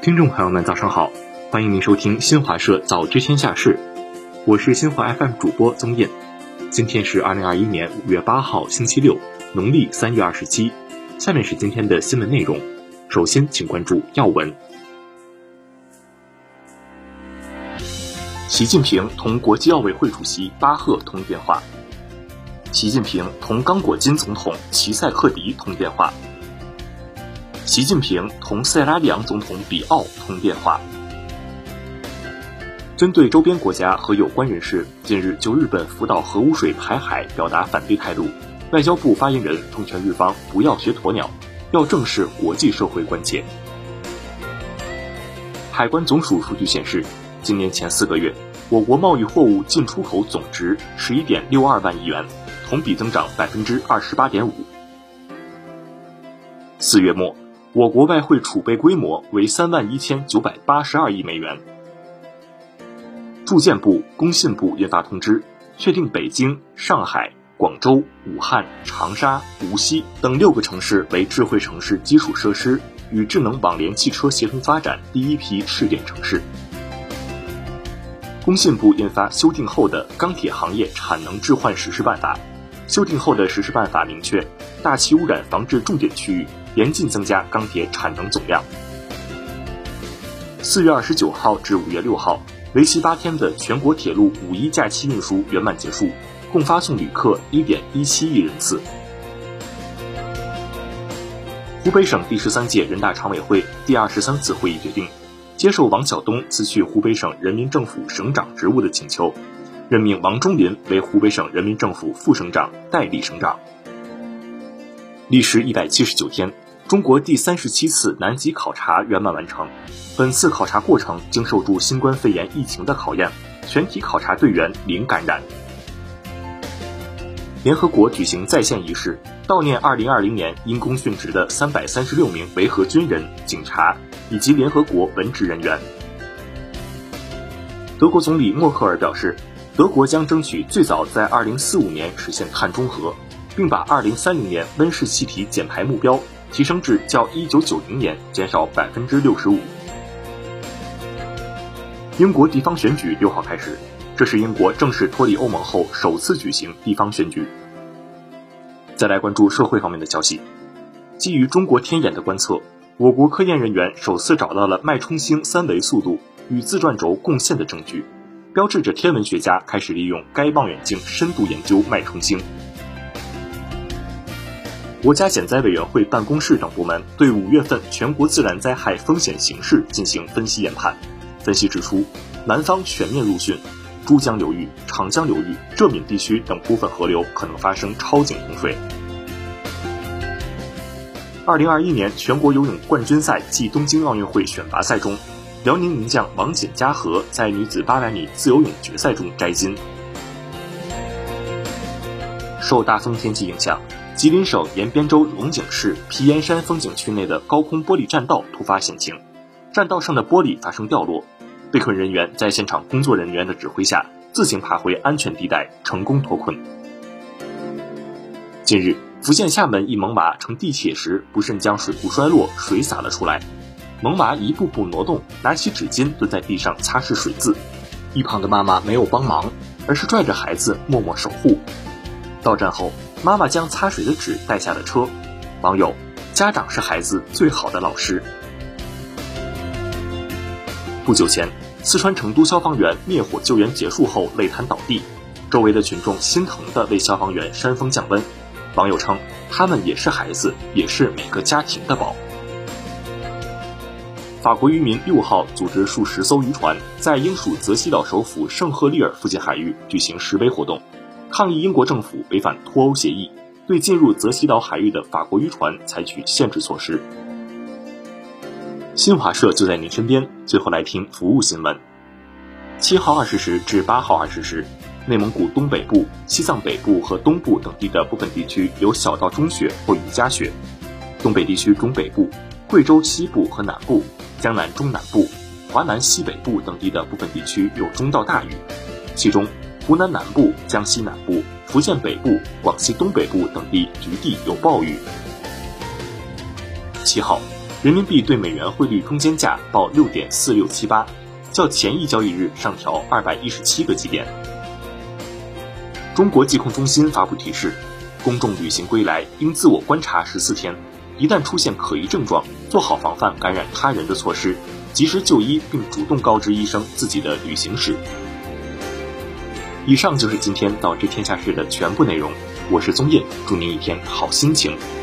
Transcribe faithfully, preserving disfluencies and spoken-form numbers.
听众朋友们早上好，欢迎您收听新华社早知天下事，我是新华 F M 主播宗彦。今天是二零二一年五月八号星期六，农历三月二十七。下面是今天的新闻内容，首先请关注要闻。习近平同国际奥委会主席巴赫通电话。习近平同刚果金总统齐塞克迪通电话。习近平同塞拉利昂总统比奥通电话。针对周边国家和有关人士近日就日本福岛核污水排海表达反对态度，外交部发言人奉劝日方不要学鸵鸟，要正视国际社会关切。海关总署数据显示，今年前四个月，我国贸易货物进出口总值十一点六二万亿元，同比增长百分之二十八点五。四月末，我国外汇储备规模为三万一千九百八十二亿美元。住建部、工信部印发通知，确定北京、上海、广州、武汉、长沙、无锡等六个城市为智慧城市基础设施与智能网联汽车协同发展第一批试点城市。工信部印发修订后的《钢铁行业产能置换实施办法》，修订后的实施办法明确，大气污染防治重点区域严禁增加钢铁产能总量。四月二十九号至五月六号，为期八天的全国铁路五一假期运输圆满结束，共发送旅客 一点一七亿人次。湖北省第十三届人大常委会第二十三次会议决定，接受王晓东辞去湖北省人民政府省长职务的请求，任命王忠林为湖北省人民政府副省长、代理省长。历时一百七十九天，中国第三十七次南极考察圆满完成。本次考察过程经受住新冠肺炎疫情的考验，全体考察队员零感染。联合国举行再现仪式，悼念二零二零年因公殉职的三百三十六名维和军人、警察以及联合国文职人员。德国总理默克尔表示，德国将争取最早在二零四五年实现碳中和，并把二零三零年温室气体减排目标提升至较一九九零年减少百分之六十五。英国地方选举六号开始，这是英国正式脱离欧盟后首次举行地方选举。再来关注社会方面的消息。基于中国天眼的观测，我国科研人员首次找到了脉冲星三维速度与自转轴共线的证据，标志着天文学家开始利用该望远镜深度研究脉冲星。国家减灾委员会办公室等部门对五月份全国自然灾害风险形势进行分析研判。分析指出，南方全面入汛，珠江流域、长江流域、浙闽地区等部分河流可能发生超警洪水。二零二一年全国游泳冠军赛暨东京奥运会选拔赛中，辽宁名将王锦嘉禾在女子八百米自由泳决赛中摘金。受大风天气影响，吉林省延边州龙井市皮岩山风景区内的高空玻璃栈道突发险情，栈道上的玻璃发生掉落，被困人员在现场工作人员的指挥下自行爬回安全地带，成功脱困。近日，福建厦门一萌娃乘地铁时不慎将水壶摔落，水洒了出来，萌娃一步步挪动，拿起纸巾蹲在地上擦拭水渍，一旁的妈妈没有帮忙，而是拽着孩子默默守护。到站后，妈妈将擦水的纸带下了车。网友：家长是孩子最好的老师。不久前，四川成都消防员灭火救援结束后累瘫倒地，周围的群众心疼地为消防员扇风降温。网友称，他们也是孩子，也是每个家庭的宝。法国渔民六号组织数十艘渔船在英属泽西岛首府圣赫利尔附近海域举行示威活动，抗议英国政府违反脱欧协议，对进入泽西岛海域的法国渔船采取限制措施。新华社就在您身边，最后来听服务新闻。七号二十时至八号二十时，内蒙古东北部、西藏北部和东部等地的部分地区有小到中雪或雨夹雪，东北地区中北部、贵州西部和南部、江南中南部、华南西北部等地的部分地区有中到大雨，其中湖南南部、江西南部、福建北部、广西东北部等地局地有暴雨。七号， 人民币对美元汇率中间价报 六点四六七八， 较前一交易日上调二百一十七个基点。中国疾控中心发布提示，公众旅行归来应自我观察十四天，一旦出现可疑症状，做好防范感染他人的措施，及时就医并主动告知医生自己的旅行史。以上就是今天导知天下事的全部内容，我是宗彦，祝您一天好心情。